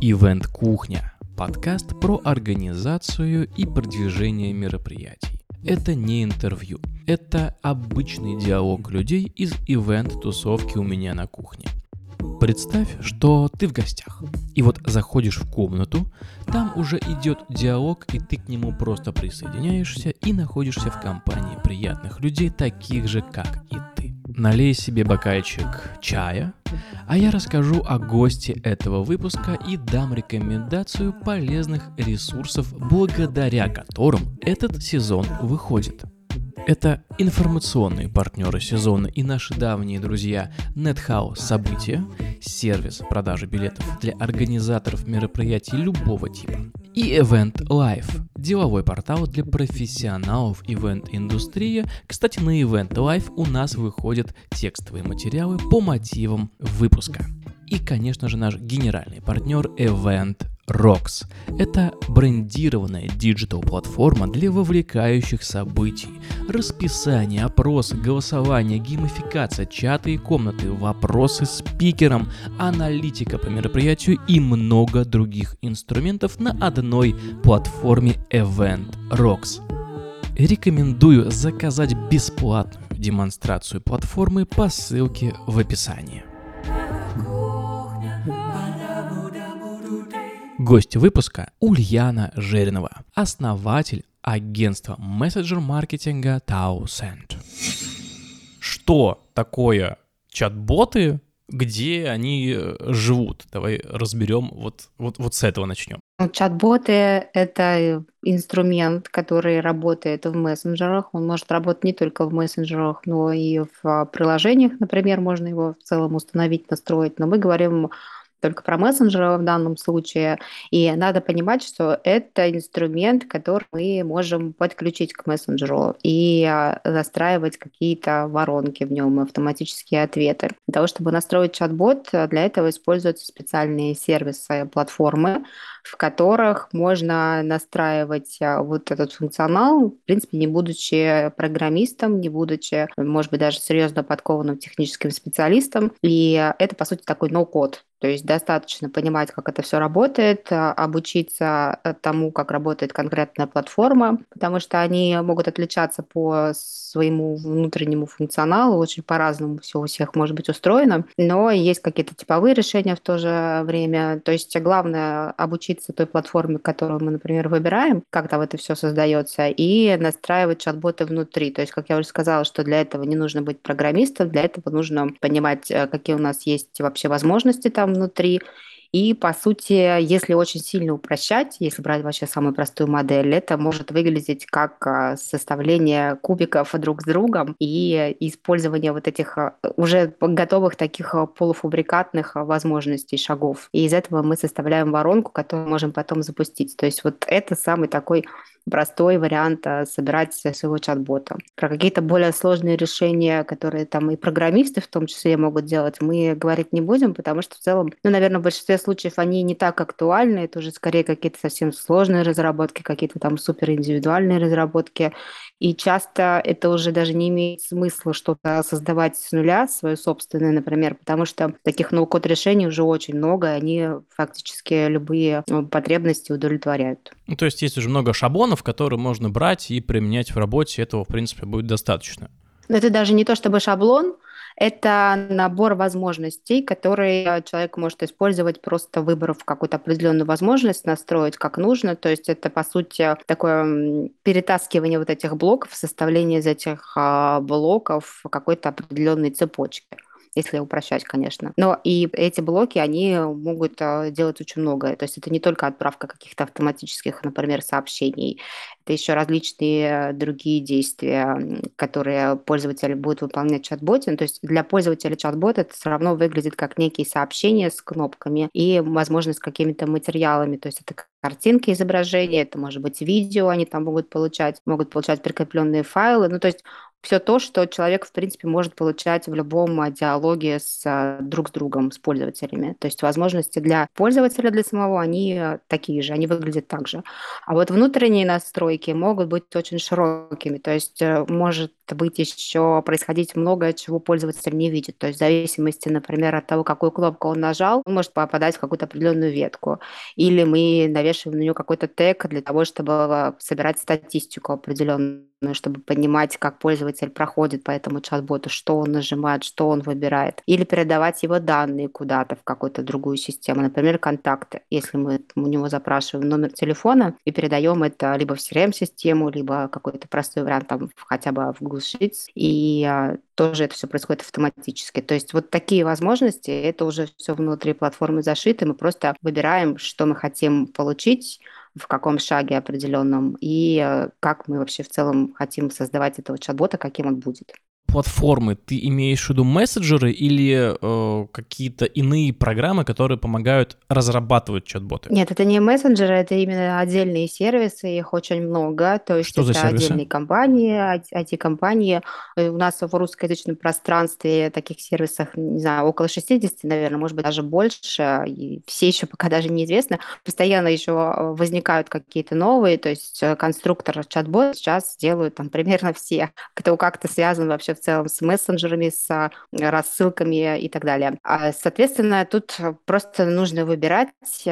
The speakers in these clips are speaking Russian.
Event Кухня – подкаст про организацию и продвижение мероприятий. Это не интервью, это обычный диалог людей из ивент-тусовки у меня на кухне. Представь, что ты в гостях, и вот заходишь в комнату, там уже идет диалог, и ты к нему просто присоединяешься и находишься в компании приятных людей, таких же, как и ты. Налей себе бокальчик чая, а я расскажу о госте этого выпуска и дам рекомендацию полезных ресурсов, благодаря которым этот сезон выходит. Это информационные партнеры сезона и наши давние друзья NetHouse События, сервис продажи билетов для организаторов мероприятий любого типа, и Event Life, деловой портал для профессионалов ивент-индустрии. Кстати, на Event Life у нас выходят текстовые материалы по мотивам выпуска. И, конечно же, наш генеральный партнер Event Rocks. Это брендированная диджитал-платформа для вовлекающих событий. Расписание, опросы, голосование, геймификация, чаты и комнаты, вопросы спикерам, аналитика по мероприятию и много других инструментов на одной платформе Event Rocks. Рекомендую заказать бесплатную демонстрацию платформы по ссылке в описании. Гость выпуска – Ульяна Жеринова, основатель агентства мессенджер-маркетинга Tausend. Что такое чат-боты, где они живут? Давай разберем, вот с этого начнем. Чат-боты — это инструмент, который работает в мессенджерах. Он может работать не только в мессенджерах, но и в приложениях, например, можно его в целом установить, настроить. Но мы говорим только про мессенджеры в данном случае. И надо понимать, что это инструмент, который мы можем подключить к мессенджеру и настраивать какие-то воронки в нем, автоматические ответы. Для того, чтобы настроить чат-бот, для этого используются специальные сервисы, платформы, в которых можно настраивать вот этот функционал, в принципе, не будучи программистом, не будучи, может быть, даже серьезно подкованным техническим специалистом. И это, по сути, такой ноу-код. То есть достаточно понимать, как это все работает, обучиться тому, как работает конкретная платформа, потому что они могут отличаться по своему внутреннему функционалу, очень по-разному все у всех может быть устроено, но есть какие-то типовые решения в то же время. То есть главное обучиться той платформе, которую мы, например, выбираем, как там это все создается, и настраивать чат-боты внутри. То есть, как я уже сказала, что для этого не нужно быть программистом, для этого нужно понимать, какие у нас есть вообще возможности там внутри. И, по сути, если очень сильно упрощать, если брать вообще самую простую модель, это может выглядеть как составление кубиков друг с другом и использование вот этих уже готовых таких полуфабрикатных возможностей, шагов. И из этого мы составляем воронку, которую можем потом запустить. То есть вот это самый такой простой вариант собирать своего чат-бота. Про какие-то более сложные решения, которые там и программисты в том числе могут делать, мы говорить не будем, потому что в целом, наверное, в большинстве случаев они не так актуальны, это уже скорее какие-то совсем сложные разработки, какие-то там супериндивидуальные разработки, и часто это уже даже не имеет смысла что-то создавать с нуля, свое собственное, например, потому что таких ноу-код решений уже очень много, и они фактически любые потребности удовлетворяют. То есть есть уже много шаблонов, которые можно брать и применять в работе, этого, в принципе, будет достаточно. Это даже не то чтобы шаблон, это набор возможностей, которые человек может использовать, просто выбрав какую-то определенную возможность, настроить как нужно. То есть это, по сути, такое перетаскивание вот этих блоков, составление из этих блоков какой-то определенной цепочки, если упрощать, конечно. Но и эти блоки, они могут делать очень многое. То есть это не только отправка каких-то автоматических, например, сообщений, это еще различные другие действия, которые пользователь будет выполнять в чат-боте. То есть для пользователя чат-бота это все равно выглядит как некие сообщения с кнопками и, возможно, с какими-то материалами. То есть это картинки, изображения, это может быть видео, они там могут получать прикрепленные файлы. То есть все то, что человек, в принципе, может получать в любом диалоге друг с другом, с пользователями. То есть возможности для пользователя, для самого, они такие же, они выглядят так же. А вот внутренние настройки могут быть очень широкими. То есть может быть еще происходить многое, чего пользователь не видит. То есть в зависимости, например, от того, какую кнопку он нажал, он может попадать в какую-то определенную ветку. Или мы навешиваем на нее какой-то тег для того, чтобы собирать статистику определенную, чтобы понимать, как пользователь проходит по этому чат-боту, что он нажимает, что он выбирает. Или передавать его данные куда-то в какую-то другую систему, например, контакты. Если мы у него запрашиваем номер телефона и передаем это либо в CRM-систему, либо какой-то простой вариант там хотя бы в Google Sheets, и тоже это все происходит автоматически. То есть вот такие возможности, это уже все внутри платформы зашито, мы просто выбираем, что мы хотим получить, в каком шаге определенном, и как мы вообще в целом хотим создавать этого чат-бота, каким он будет. Платформы, ты имеешь в виду мессенджеры или какие-то иные программы, которые помогают разрабатывать чат-боты? Нет, это не мессенджеры, это именно отдельные сервисы, их очень много. То есть Что за это сервисы? отдельные компании, IT-компании. У нас в русскоязычном пространстве таких сервисов, не знаю, около 60, наверное, может быть, даже больше. И все еще пока даже неизвестно. Постоянно еще возникают какие-то новые. То есть конструктор чат-бот сейчас делают там примерно все, кто как-то связан вообще в целом с мессенджерами, с рассылками и так далее. Соответственно, тут просто нужно выбирать,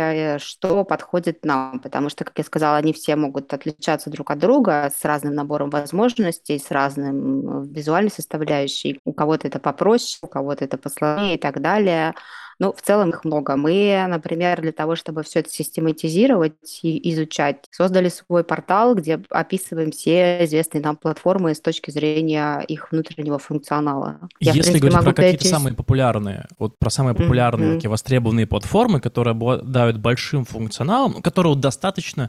что подходит нам, потому что, как я сказала, они все могут отличаться друг от друга с разным набором возможностей, с разным визуальной составляющей. У кого-то это попроще, у кого-то это посложнее и так далее. Ну, в целом их много. Мы, например, для того, чтобы все это систематизировать и изучать, создали свой портал, где описываем все известные нам платформы с точки зрения их внутреннего функционала. Я, в Если принципе, говорить могу про какие-то перечислить. самые популярные, вот про самые популярные такие востребованные платформы, которые обладают большим функционалом, которого достаточно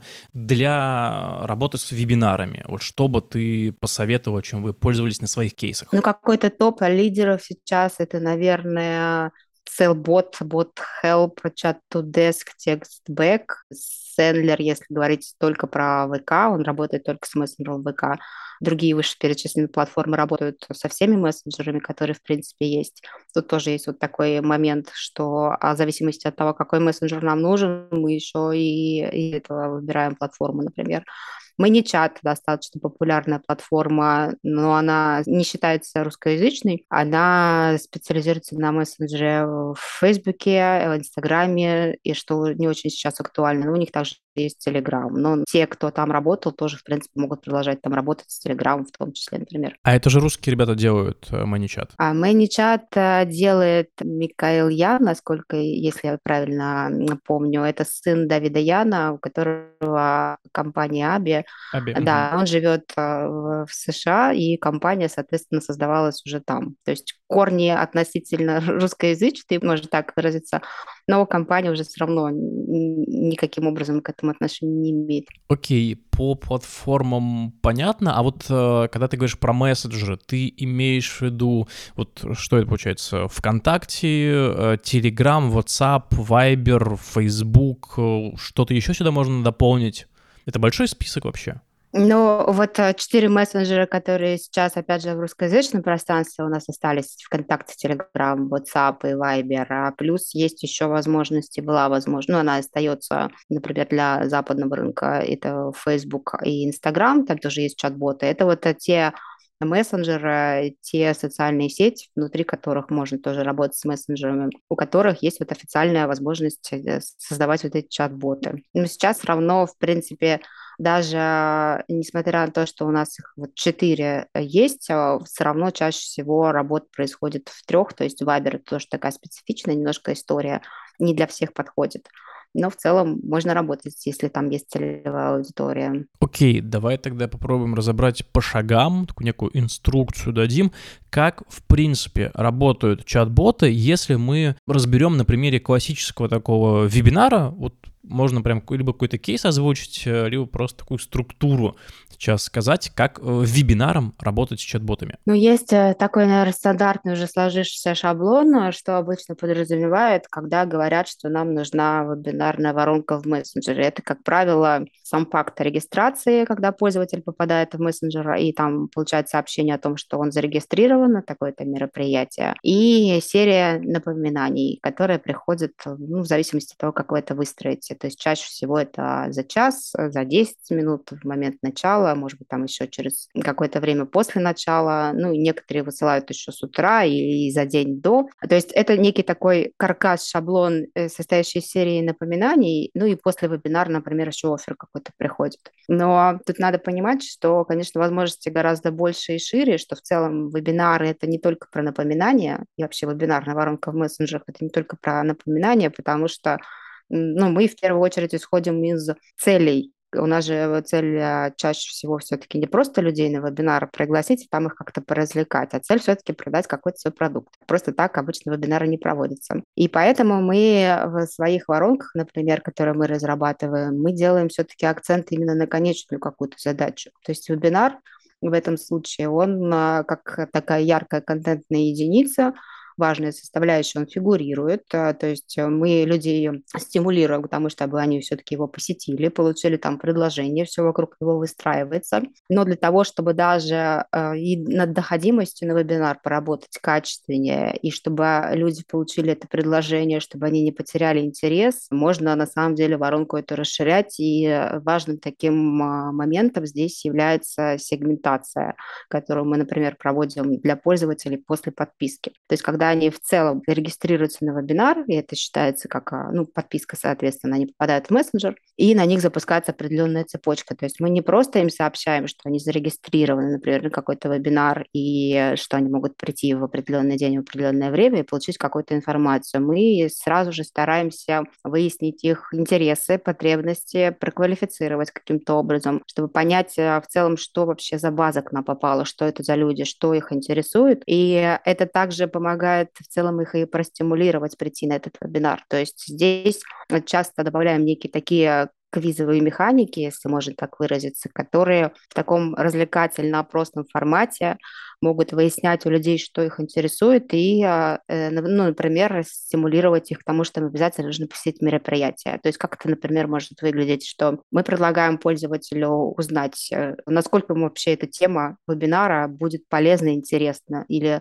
для работы с вебинарами, вот что бы ты посоветовал, чем вы пользовались на своих кейсах? Ну, какой-то топ лидеров сейчас это, наверное, Cellbot, BotHelp, Chat2Desk, TextBack, Sendler, если говорить только про ВК, он работает только с мессенджером ВК. Другие вышеперечисленные платформы работают со всеми мессенджерами, которые, в принципе, есть. Тут тоже есть вот такой момент, что в зависимости от того, какой мессенджер нам нужен, мы еще и этого выбираем платформу, например. ManyChat достаточно популярная платформа, но она не считается русскоязычной. Она специализируется на мессенджере в Фейсбуке, в Инстаграме, и что не очень сейчас актуально. Но у них также есть Телеграм. Но те, кто там работал, тоже, в принципе, могут продолжать там работать с Телеграмом в том числе, например. А это же русские ребята делают ManyChat. А ManyChat делает Микаэл Ян, насколько, если я правильно помню. Это сын Давида Яна, у которого компания Аби. Да, он живет в США, и компания, соответственно, создавалась уже там. То есть корни относительно русскоязычные, можно так выразиться, но компания уже все равно никаким образом к этому отношения не имеет. Окей, по платформам понятно, а вот когда ты говоришь про мессенджеры, ты имеешь в виду, вот что это получается, ВКонтакте, Телеграм, WhatsApp, Viber, Facebook, что-то еще сюда можно дополнить? Это большой список вообще? Ну, вот 4 мессенджера, которые сейчас, опять же, в русскоязычном пространстве у нас остались: ВКонтакте, Телеграм, WhatsApp и Viber. А плюс есть еще возможности, была возможность, ну, она остается, например, для западного рынка, это Facebook и Instagram, там тоже есть чат-боты. Это вот те мессенджеры, те социальные сети, внутри которых можно тоже работать с мессенджерами, у которых есть вот официальная возможность создавать вот эти чат-боты. Но сейчас все равно, в принципе, даже несмотря на то, что у нас их вот 4 есть, все равно чаще всего работа происходит в 3, то есть Viber — это тоже такая специфичная немножко история, не для всех подходит. Но в целом можно работать, если там есть целевая аудитория. Окей, давай тогда попробуем разобрать по шагам, такую некую инструкцию дадим, как, в принципе, работают чат-боты, если мы разберем на примере классического такого вебинара, вот можно прям либо какой-то кейс озвучить, либо просто такую структуру сейчас сказать, как вебинаром работать с чат-ботами. Ну, есть такой, наверное, стандартный уже сложившийся шаблон, что обычно подразумевает, когда говорят, что нам нужна вебинарная воронка в мессенджере. Это, как правило, сам факт регистрации, когда пользователь попадает в мессенджер и там получает сообщение о том, что он зарегистрирован, зарегистрировано, такое-то мероприятие, и серия напоминаний, которые приходят, ну, в зависимости от того, как вы это выстроите. То есть чаще всего это за час, за 10 минут в момент начала, может быть, там еще через какое-то время после начала. Ну, и некоторые высылают еще с утра и за день до. То есть это некий такой каркас, шаблон, состоящий из серии напоминаний. Ну и после вебинара, например, еще оффер какой-то приходит. Но тут надо понимать, что, конечно, возможности гораздо больше и шире, что в целом вебинары — это не только про напоминания, и вообще вебинарная воронка в мессенджерах — это не только про напоминания, потому что ну, мы в первую очередь исходим из целей. У нас же цель чаще всего все-таки не просто людей на вебинар пригласить и там их как-то поразвлекать, а цель все-таки продать какой-то свой продукт. Просто так обычно вебинары не проводятся. И поэтому мы в своих воронках, например, которые мы разрабатываем, мы делаем все-таки акцент именно на конечную какую-то задачу. То есть вебинар в этом случае, он как такая яркая контентная единица, важная составляющая, он фигурирует, то есть мы людей стимулируем к тому, чтобы они все-таки его посетили, получили там предложение, все вокруг него выстраивается. Но для того, чтобы даже и над доходимостью на вебинар поработать качественнее, и чтобы люди получили это предложение, чтобы они не потеряли интерес, можно на самом деле воронку эту расширять, и важным таким моментом здесь является сегментация, которую мы, например, проводим для пользователей после подписки. То есть когда они в целом регистрируются на вебинар, и это считается как ну, подписка, соответственно, они попадают в мессенджер, и на них запускается определенная цепочка. То есть мы не просто им сообщаем, что они зарегистрированы, например, на какой-то вебинар, и что они могут прийти в определенный день, в определенное время и получить какую-то информацию. Мы сразу же стараемся выяснить их интересы, потребности, проквалифицировать каким-то образом, чтобы понять в целом, что вообще за база к нам попала, что это за люди, что их интересует. И это также помогает в целом их и простимулировать прийти на этот вебинар. То есть здесь часто добавляем некие такие квизовые механики, если можно так выразиться, которые в таком развлекательно-опросном формате могут выяснять у людей, что их интересует, и, ну, например, стимулировать их к тому, что им обязательно нужно посетить мероприятие. То есть как это, например, может выглядеть, что мы предлагаем пользователю узнать, насколько ему вообще эта тема вебинара будет полезна и интересна, или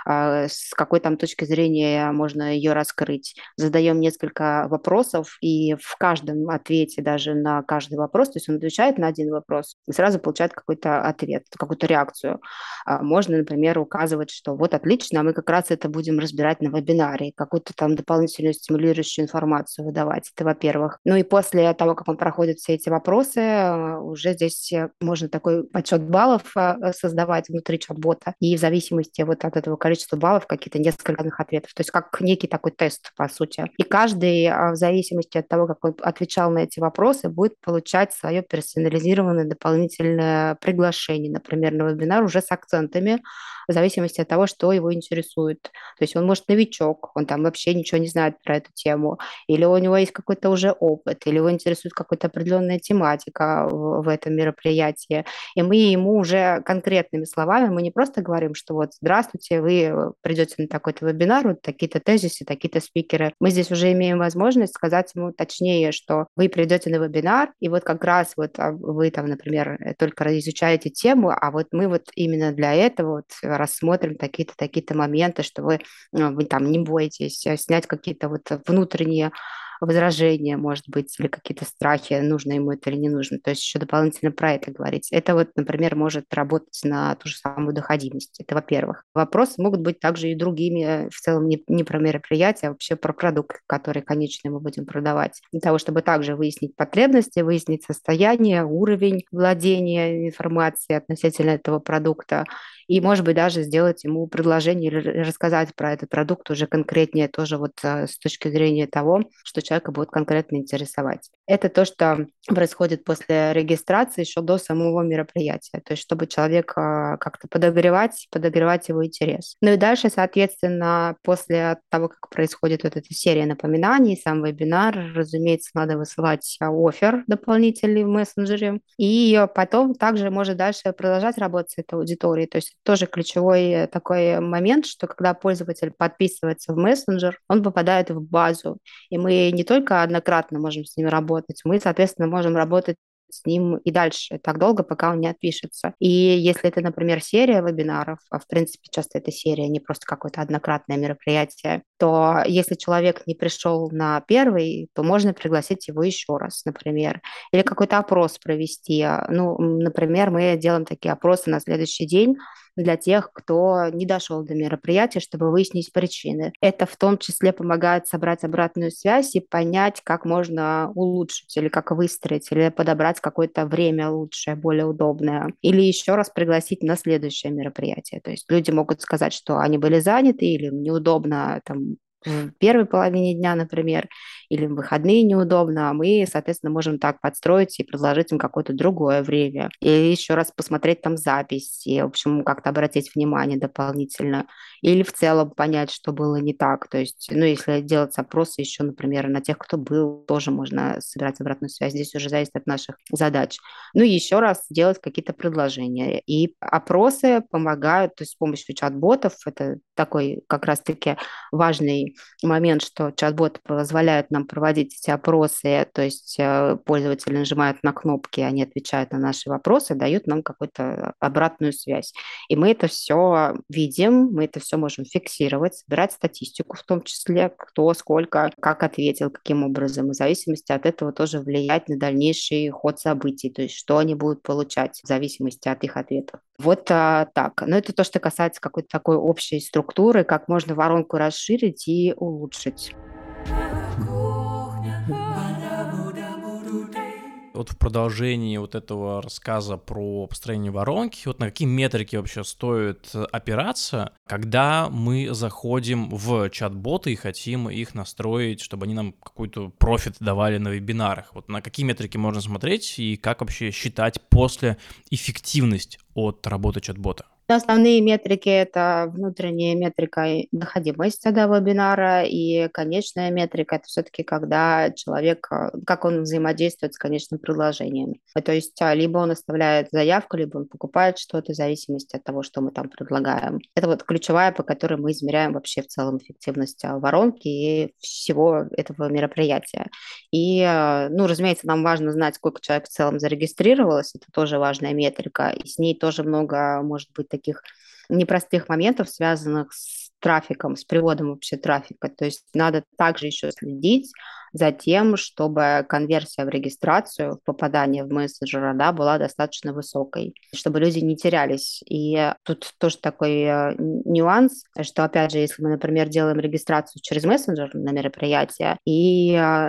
с какой там точки зрения можно ее раскрыть. Задаем несколько вопросов, и в каждом ответе, даже на каждый вопрос, то есть он отвечает на один вопрос и сразу получает какой-то ответ, какую-то реакцию. Можно, например, указывать, что вот отлично, мы как раз это будем разбирать на вебинаре, какую-то там дополнительную стимулирующую информацию выдавать. Это во-первых. Ну и после того, как он проходит все эти вопросы, уже здесь можно такой подсчет баллов создавать внутри чат-бота, и в зависимости вот от этого количества баллов какие-то несколько разных ответов. То есть как некий такой тест, по сути. И каждый, в зависимости от того, как он отвечал на эти вопросы, будет получать свое персонализированное дополнительное приглашение, например, на вебинар уже с акцентами, в зависимости от того, что его интересует. То есть он, может, новичок, он там вообще ничего не знает про эту тему, или у него есть какой-то уже опыт, или его интересует какая-то определенная тематика в этом мероприятии. И мы ему уже конкретными словами, мы не просто говорим, что вот здравствуйте, вы придете на такой-то вебинар, вот такие-то тезисы, такие-то спикеры. Мы здесь уже имеем возможность сказать ему точнее, что вы придете на вебинар, и вот как раз вот вы там, например, только изучаете тему, а вот мы вот именно для этого вот рассмотрим такие-то, такие-то моменты, что вы там не бойтесь снять какие-то вот внутренние возражения, может быть, или какие-то страхи, нужно ему это или не нужно. То есть еще дополнительно про это говорить. Это вот, например, может работать на ту же самую доходимость. Это во-первых. Вопросы могут быть также и другими, в целом не про мероприятие, а вообще про продукт, который конечный мы будем продавать. Для того, чтобы также выяснить потребности, выяснить состояние, уровень владения информацией относительно этого продукта, и, может быть, даже сделать ему предложение или рассказать про этот продукт уже конкретнее тоже вот с точки зрения того, что человека будет конкретно интересовать. Это то, что происходит после регистрации еще до самого мероприятия, то есть чтобы человек как-то подогревать его интерес. Ну и дальше, соответственно, после того, как происходит вот эта серия напоминаний, сам вебинар, разумеется, надо высылать оффер дополнительный в мессенджере, и потом также может дальше продолжать работать с этой аудиторией, то есть тоже ключевой такой момент, что когда пользователь подписывается в мессенджер, он попадает в базу, и мы не только однократно можем с ними работать, мы, соответственно, можем работать с ним и дальше, так долго, пока он не отпишется. И если это, например, серия вебинаров, а в принципе часто это серия, не просто какое-то однократное мероприятие, то если человек не пришел на первый, то можно пригласить его еще раз, например, или какой-то опрос провести. Ну, например, мы делаем такие опросы на следующий день для тех, кто не дошел до мероприятия, чтобы выяснить причины. Это в том числе помогает собрать обратную связь и понять, как можно улучшить или как выстроить, или подобрать какое-то время лучшее, более удобное. Или еще раз пригласить на следующее мероприятие. То есть люди могут сказать, что они были заняты или им неудобно там в первой половине дня, например, или в выходные неудобно, а мы, соответственно, можем так подстроить и предложить им какое-то другое время. И еще раз посмотреть там запись, и, в общем, как-то обратить внимание дополнительно. Или в целом понять, что было не так. То есть, ну, если делать опросы еще, например, на тех, кто был, тоже можно собирать обратную связь. Здесь уже зависит от наших задач. Ну и еще раз делать какие-то предложения. И опросы помогают, то есть с помощью чат-ботов, это такой как раз-таки важный момент, что чат-боты позволяют нам проводить эти опросы, то есть пользователи нажимают на кнопки, они отвечают на наши вопросы, дают нам какую-то обратную связь. И мы это все видим, мы это все можем фиксировать, собирать статистику в том числе, кто, сколько, как ответил, каким образом. И в зависимости от этого тоже влиять на дальнейший ход событий, то есть что они будут получать в зависимости от их ответов. Вот так. Но это то, что касается какой-то такой общей структуры, как можно воронку расширить и улучшить. Вот в продолжении вот этого рассказа про построение воронки, вот на какие метрики вообще стоит опираться, когда мы заходим в чат-боты и хотим их настроить, чтобы они нам какой-то профит давали на вебинарах. Вот на какие метрики можно смотреть и как вообще считать после эффективность от работы чат-бота? Основные метрики – это внутренняя метрика и доходимость до вебинара, и конечная метрика – это все-таки когда человек, как он взаимодействует с конечным предложением. То есть либо он оставляет заявку, либо он покупает что-то в зависимости от того, что мы там предлагаем. Это вот ключевая, по которой мы измеряем вообще в целом эффективность воронки и всего этого мероприятия. И, ну, разумеется, нам важно знать, сколько человек в целом зарегистрировалось, это тоже важная метрика, и с ней тоже много, может быть, таких непростых моментов, связанных с трафиком, с приводом вообще трафика. То есть надо также еще следить за тем, чтобы конверсия в регистрацию, в попадание в мессенджера, да, была достаточно высокой, чтобы люди не терялись. И тут тоже такой нюанс, что, опять же, если мы, например, делаем регистрацию через мессенджер на мероприятие и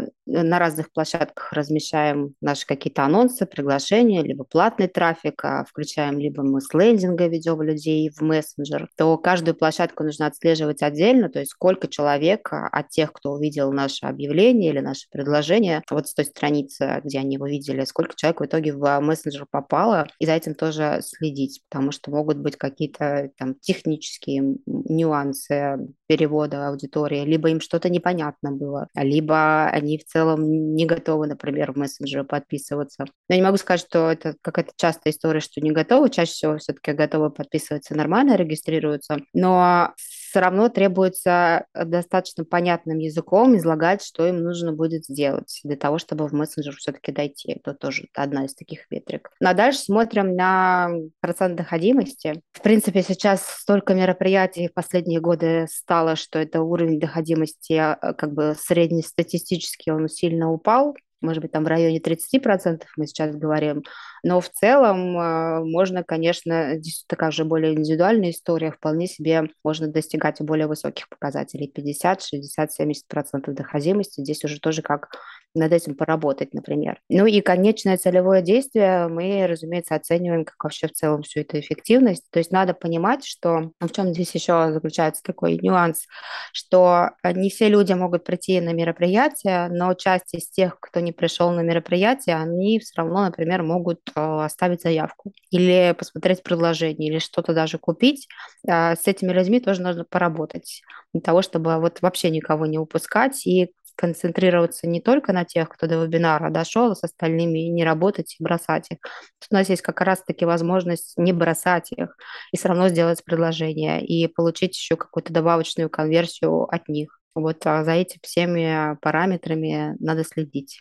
на разных площадках размещаем наши какие-то анонсы, приглашения, либо платный трафик, включаем, либо мы с лендинга ведем людей в мессенджер, то каждую площадку нужно отслеживать отдельно, то есть сколько человек от тех, кто увидел наше объявление или наше предложение, вот с той страницы, где они его видели, сколько человек в итоге в мессенджер попало, и за этим тоже следить, потому что могут быть какие-то там технические нюансы перевода аудитории, либо им что-то непонятно было, либо они в целом не готовы, например, в мессенджеры подписываться. Но не могу сказать, что это какая-то частая история, что не готовы. Чаще всего все-таки готовы подписываться нормально, регистрируются. Но все равно требуется достаточно понятным языком излагать, что им нужно будет сделать для того, чтобы в мессенджер все-таки дойти. Это тоже одна из таких метрик. Ну а дальше смотрим на процент доходимости. В принципе, сейчас столько мероприятий в последние годы стало, что это уровень доходимости как бы среднестатистический, он сильно упал. Может быть, там в районе 30% мы сейчас говорим. Но в целом можно, конечно, здесь такая же более индивидуальная история, вполне себе можно достигать более высоких показателей. 50, 60, 70% доходимости. Здесь уже тоже как над этим поработать, например. Ну и конечное целевое действие мы, разумеется, оцениваем как вообще в целом всю эту эффективность. То есть надо понимать, что в чем здесь еще заключается такой нюанс, что не все люди могут прийти на мероприятие, но часть из тех, кто не пришел на мероприятие, они все равно, например, могут оставить заявку или посмотреть предложение, или что-то даже купить. С этими людьми тоже нужно поработать для того, чтобы вот вообще никого не упускать и концентрироваться не только на тех, кто до вебинара дошел, а с остальными и не работать и бросать их. Тут у нас есть как раз-таки возможность не бросать их и все равно сделать предложение и получить еще какую-то добавочную конверсию от них. Вот за этими всеми параметрами надо следить.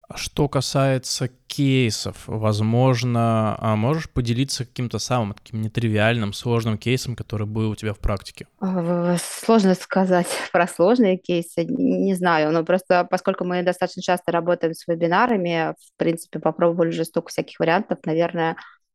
Что касается кейсов, возможно, можешь поделиться каким-то самым таким нетривиальным, сложным кейсом, который был у тебя в практике? Сложно сказать про сложные кейсы, не знаю, но просто поскольку мы достаточно часто работаем с вебинарами, в принципе, попробовали уже столько всяких вариантов, наверное,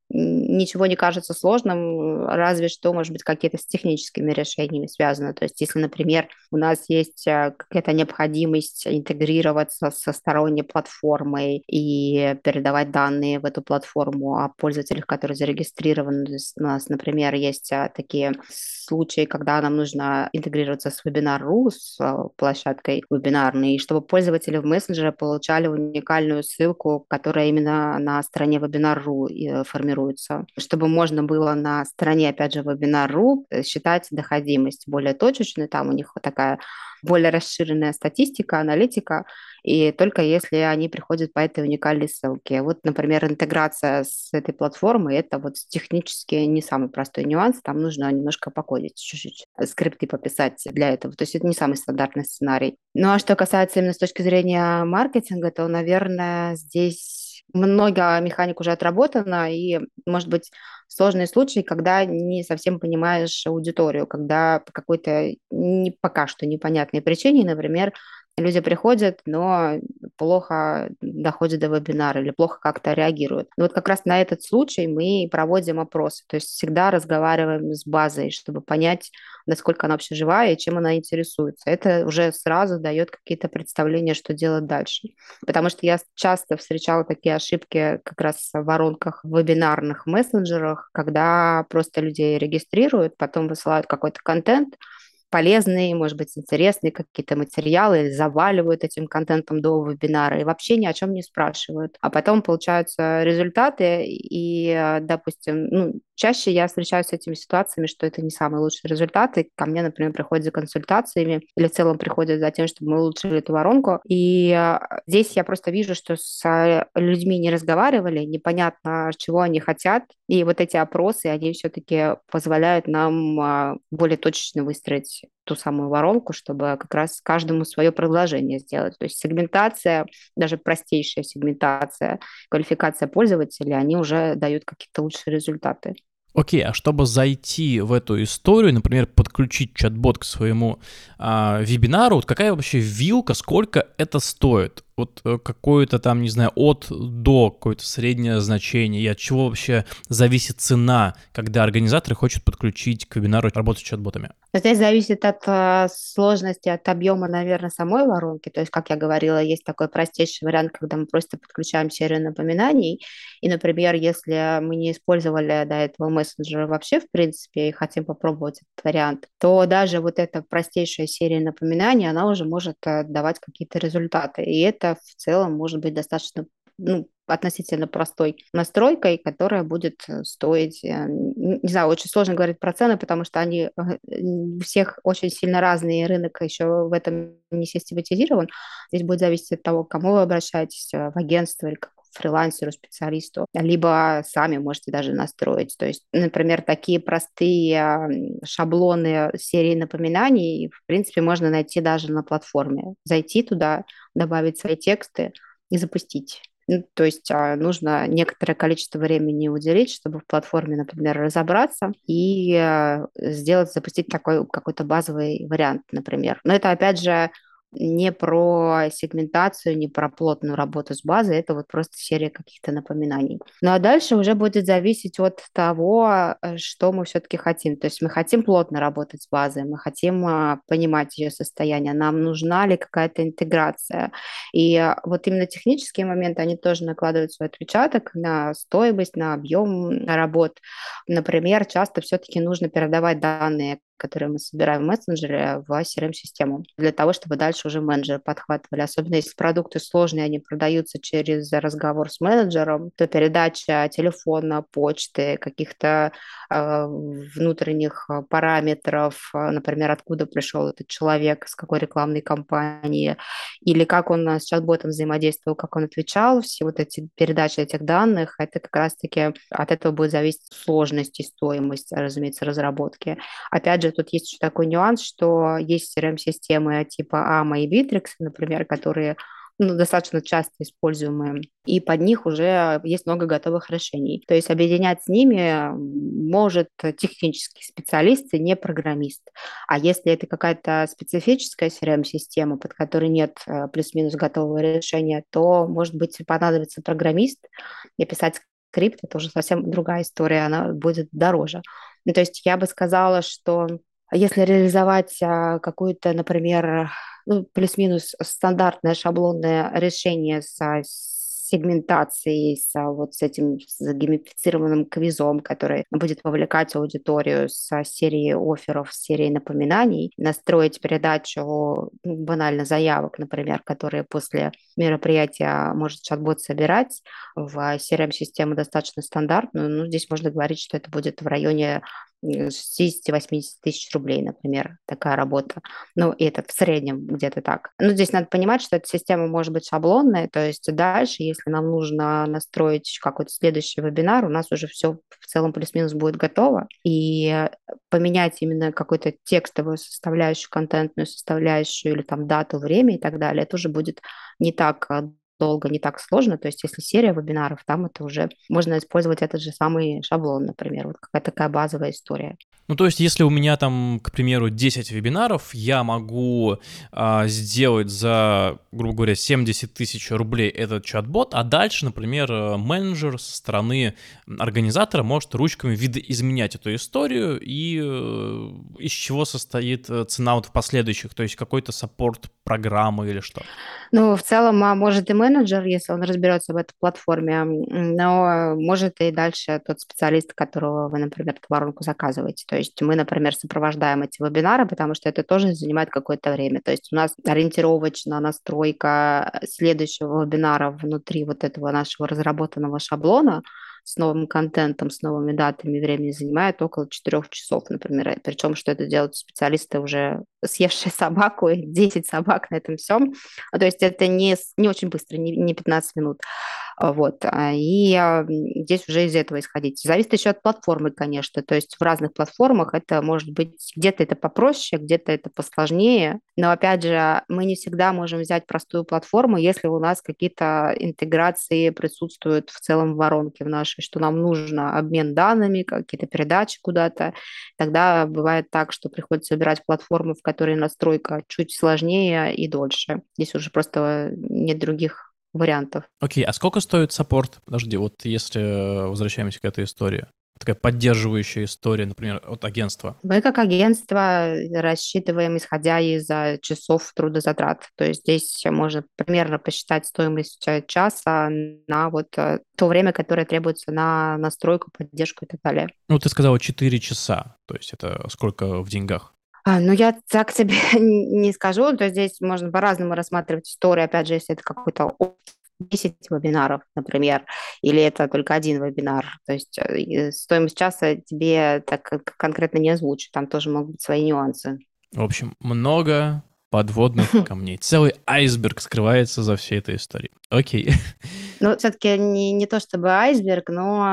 ничего не кажется сложным, разве что, может быть, какие-то с техническими решениями связаны. То есть, если, например, у нас есть какая-то необходимость интегрироваться со сторонней платформой и передавать данные в эту платформу о пользователях, которые зарегистрированы. То есть у нас, например, есть такие случаи, когда нам нужно интегрироваться с Webinar.ru, с площадкой вебинарной, и чтобы пользователи в мессенджере получали уникальную ссылку, которая именно на стороне Webinar.ru формируется, чтобы можно было на стороне, опять же, Webinar.ru считать доходимость более точечной, там у них вот такая более расширенная статистика, аналитика, и только если они приходят по этой уникальной ссылке. Вот, например, интеграция с этой платформой – это вот технически не самый простой нюанс, там нужно немножко покодить, чуть-чуть скрипты пописать для этого, то есть это не самый стандартный сценарий. Ну а что касается именно с точки зрения маркетинга, то, наверное, здесь много механик уже отработано, и, может быть, сложные случаи, когда не совсем понимаешь аудиторию, когда по какой-то пока что непонятной причине, например, люди приходят, но плохо доходят до вебинара или плохо как-то реагируют. И вот как раз на этот случай мы проводим опросы. То есть всегда разговариваем с базой, чтобы понять, насколько она вообще живая и чем она интересуется. Это уже сразу дает какие-то представления, что делать дальше. Потому что я часто встречала такие ошибки как раз в воронках в вебинарных мессенджерах, когда просто людей регистрируют, потом высылают какой-то контент, полезные, может быть, интересные какие-то материалы, или заваливают этим контентом до вебинара и вообще ни о чем не спрашивают. А потом получаются результаты, и, допустим, ну, чаще я встречаюсь с этими ситуациями, что это не самые лучшие результаты. Ко мне, например, приходят за консультациями или в целом приходят за тем, чтобы мы улучшили эту воронку. И здесь я просто вижу, что с людьми не разговаривали, непонятно, чего они хотят. И вот эти опросы, они все-таки позволяют нам более точечно выстроить ту самую воронку, чтобы как раз каждому свое предложение сделать. То есть сегментация, даже простейшая сегментация, квалификация пользователей, они уже дают какие-то лучшие результаты. Окей, а чтобы зайти в эту историю, например, подключить чат-бот к своему вебинару, вот какая вообще вилка, сколько это стоит? Вот какое-то там, не знаю, от до какое-то среднее значение, и от чего вообще зависит цена, когда организаторы хотят подключить к вебинару работу с чат-ботами? Здесь зависит от сложности, от объема, наверное, самой воронки. То есть, как я говорила, есть такой простейший вариант, когда мы просто подключаем серию напоминаний. И, например, если мы не использовали до этого мессенджера вообще, в принципе, и хотим попробовать этот вариант, то даже вот эта простейшая серия напоминаний, она уже может давать какие-то результаты. И это в целом может быть достаточно, ну, относительно простой настройкой, которая будет стоить, не знаю, очень сложно говорить про цены, потому что они у всех очень сильно разные, рынок еще в этом не систематизирован. Здесь будет зависеть от того, к кому вы обращаетесь, в агентство или как фрилансеру, специалисту, либо сами можете даже настроить. То есть, например, такие простые шаблоны серии напоминаний, в принципе, можно найти даже на платформе. Зайти туда, добавить свои тексты и запустить. Ну, то есть нужно некоторое количество времени уделить, чтобы в платформе, например, разобраться и сделать, запустить такой какой-то базовый вариант, например. Но это, опять же, не про сегментацию, не про плотную работу с базой, это вот просто серия каких-то напоминаний. Ну а дальше уже будет зависеть от того, что мы все-таки хотим. То есть мы хотим плотно работать с базой, мы хотим понимать ее состояние, нам нужна ли какая-то интеграция. И вот именно технические моменты, они тоже накладывают свой отпечаток на стоимость, на объем работ. Например, часто все-таки нужно передавать данные, которые мы собираем в мессенджере, в CRM-систему, для того, чтобы дальше уже менеджеры подхватывали. Особенно если продукты сложные, они продаются через разговор с менеджером, то передача телефона, почты, каких-то внутренних параметров, например, откуда пришел этот человек, с какой рекламной кампании, или как он с чат-ботом взаимодействовал, как он отвечал, все вот эти передачи этих данных, это как раз-таки от этого будет зависеть сложность и стоимость, разумеется, разработки. Опять же, тут есть еще такой нюанс, что есть CRM-системы типа AMA и Bittrex, например, которые ну, достаточно часто используемые, и под них уже есть много готовых решений. То есть объединять с ними может технический специалист и не программист. А если это какая-то специфическая CRM-система, под которой нет плюс-минус готового решения, то, может быть, понадобится программист, и писать скрипт — это уже совсем другая история, она будет дороже. Ну, то есть я бы сказала, что если реализовать какую-то, например, ну, плюс-минус стандартное шаблонное решение с сегментацией, вот с этим с геймифицированным квизом, который будет вовлекать аудиторию с серии офферов, с серии напоминаний, настроить передачу банально заявок, например, которые после мероприятия может чат-бот собирать в CRM-систему достаточно стандартную. Ну, здесь можно говорить, что это будет в районе 60-80 тысяч рублей, например, такая работа. Ну, и это в среднем где-то так. Ну, здесь надо понимать, что эта система может быть шаблонная, то есть дальше, если нам нужно настроить какой-то следующий вебинар, у нас уже все в целом плюс-минус будет готово, и поменять именно какую-то текстовую составляющую, контентную составляющую или там дату, время и так далее, это уже будет не так долго, не так сложно. То есть если серия вебинаров, там это уже можно использовать этот же самый шаблон, например. Вот какая-то такая базовая история. Ну, то есть, если у меня там, к примеру, 10 вебинаров, я могу сделать за, грубо говоря, 70 тысяч рублей этот чат-бот, а дальше, например, менеджер со стороны организатора может ручками видоизменять эту историю и из чего состоит цена вот в последующих, то есть какой-то саппорт программы или что? Ну, в целом, может и менеджер, если он разберется в этой платформе, но может и дальше тот специалист, которого вы, например, эту воронку заказываете. То есть мы, например, сопровождаем эти вебинары, потому что это тоже занимает какое-то время. То есть у нас ориентировочно настройка следующего вебинара внутри вот этого нашего разработанного шаблона с новым контентом, с новыми датами, времени занимает около 4 часов, например. Причем, что это делают специалисты, уже съевшие собаку, и 10 собак на этом всем. То есть это не очень быстро, не 15 минут. Вот. Здесь уже из этого исходить. Зависит еще от платформы, конечно. То есть в разных платформах это может быть где-то это попроще, где-то это посложнее. Но опять же, мы не всегда можем взять простую платформу, если у нас какие-то интеграции присутствуют в целом в воронке в нашей, что нам нужно обмен данными, какие-то передачи куда-то. Тогда бывает так, что приходится выбирать платформу, в которой настройка чуть сложнее и дольше. Здесь уже просто нет других вариантов. Окей, а сколько стоит саппорт? Подожди, вот если возвращаемся к этой истории. Такая поддерживающая история, например, от агентства. Мы как агентство рассчитываем, исходя из часов трудозатрат. То есть здесь можно примерно посчитать стоимость часа на вот то время, которое требуется на настройку, поддержку и так далее. Ну, ты сказала 4 часа, то есть это сколько в деньгах? Ну, я так тебе не скажу. То есть здесь можно по-разному рассматривать историю. Опять же, если это какой-то 10 вебинаров, например, или это только один вебинар. То есть стоимость часа тебе так конкретно не озвучу. Там тоже могут быть свои нюансы. В общем, много подводных камней. Целый айсберг скрывается за всей этой историей. Окей. Ну, все-таки не то чтобы айсберг, но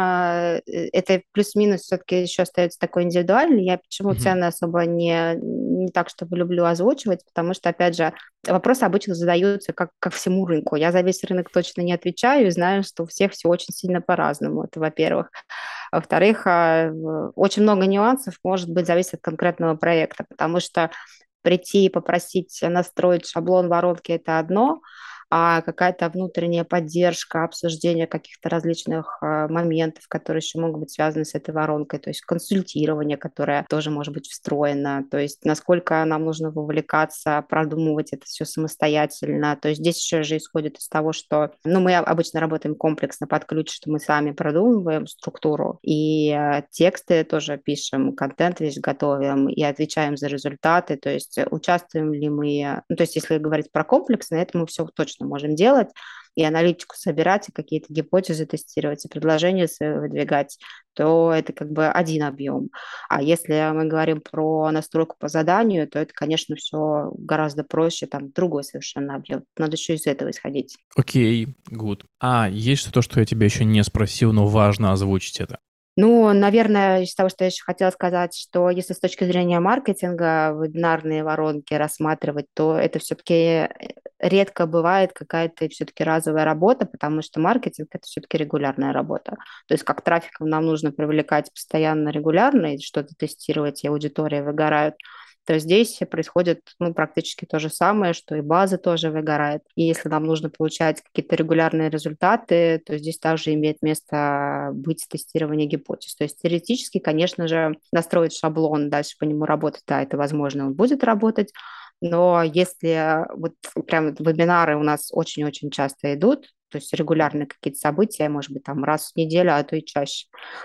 это плюс-минус все-таки еще остается такой индивидуальный. Я почему Мгм. цены особо не так, чтобы люблю озвучивать, потому что, опять же, вопросы обычно задаются как всему рынку. Я за весь рынок точно не отвечаю и знаю, что у всех все очень сильно по-разному. Это, во-первых. Во-вторых, очень много нюансов, может быть, зависит от конкретного проекта, потому что прийти и попросить настроить шаблон воронки — это одно, а какая-то внутренняя поддержка, обсуждение каких-то различных моментов, которые еще могут быть связаны с этой воронкой, то есть консультирование, которое тоже может быть встроено, то есть насколько нам нужно вовлекаться, продумывать это все самостоятельно. То есть здесь еще же исходит из того, что мы обычно работаем комплексно под ключ, что мы сами продумываем структуру, и тексты тоже пишем, контент весь готовим и отвечаем за результаты, то есть участвуем ли мы, то есть если говорить про комплексно, это мы все точно можем делать, и аналитику собирать, и какие-то гипотезы тестировать, и предложения выдвигать, то это как бы один объем. А если мы говорим про настройку по заданию, то это, конечно, все гораздо проще, там другой совершенно объем. Надо еще из этого исходить. Окей, good. А есть что-то, что я тебя еще не спросил, но важно озвучить это? Ну, наверное, из того, что я еще хотела сказать, что если с точки зрения маркетинга вебинарные воронки рассматривать, то это все-таки редко бывает какая-то все-таки разовая работа, потому что маркетинг – это все-таки регулярная работа. То есть как трафик нам нужно привлекать постоянно, регулярно, и что-то тестировать, и аудитория выгорает, то здесь происходит практически то же самое, что и база тоже выгорает. И если нам нужно получать какие-то регулярные результаты, то здесь также имеет место быть тестирование гипотез. То есть теоретически, конечно же, настроить шаблон, дальше по нему работать, да, это возможно, он будет работать. Но если вот прям вебинары у нас очень-очень часто идут, то есть регулярно какие-то события, может быть, там раз в неделю, а то и чаще.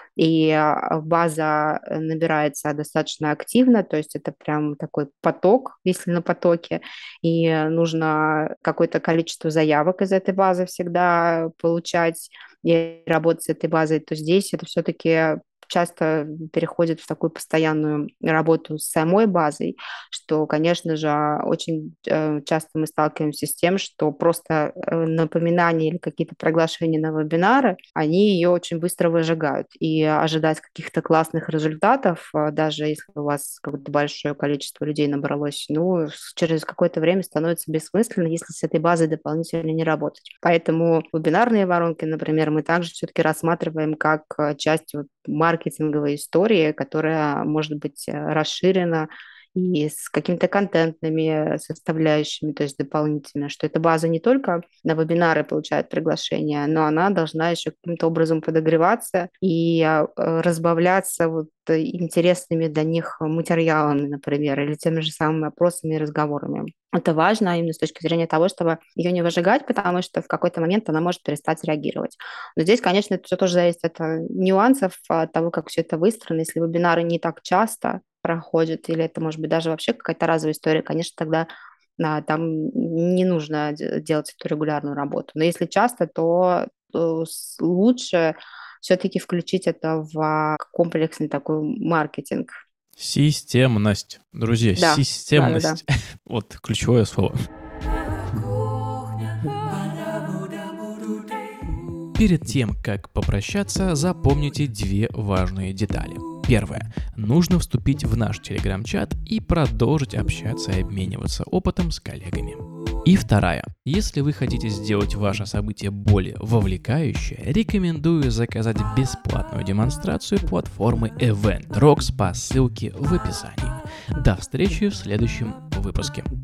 И база набирается достаточно активно, то есть это прям такой поток, если на потоке, и нужно какое-то количество заявок из этой базы всегда получать и работать с этой базой, то здесь это все-таки часто переходит в такую постоянную работу с самой базой, что, конечно же, очень часто мы сталкиваемся с тем, что просто напоминания или какие-то приглашения на вебинары, они ее очень быстро выжигают. И ожидать каких-то классных результатов, даже если у вас какое-то большое количество людей набралось, через какое-то время становится бессмысленно, если с этой базой дополнительно не работать. Поэтому вебинарные воронки, например, мы также все-таки рассматриваем как часть маркетинговой истории, которая может быть расширена и с какими-то контентными составляющими, то есть дополнительно, что эта база не только на вебинары получает приглашение, но она должна еще каким-то образом подогреваться и разбавляться интересными для них материалами, например, или теми же самыми опросами и разговорами. Это важно именно с точки зрения того, чтобы ее не выжигать, потому что в какой-то момент она может перестать реагировать. Но здесь, конечно, это все тоже зависит от нюансов, от того, как все это выстроено. Если вебинары не так часто проходят, или это может быть даже вообще какая-то разовая история, конечно, тогда там не нужно делать эту регулярную работу. Но если часто, то лучше все-таки включить это в комплексный такой маркетинг. Системность. Друзья, Да, системность. да. Вот ключевое слово. Перед тем, как попрощаться, запомните две важные детали. Первое. Нужно вступить в наш телеграм-чат и продолжить общаться и обмениваться опытом с коллегами. И вторая. Если вы хотите сделать ваше событие более вовлекающее, рекомендую заказать бесплатную демонстрацию платформы Eventrox по ссылке в описании. До встречи в следующем выпуске.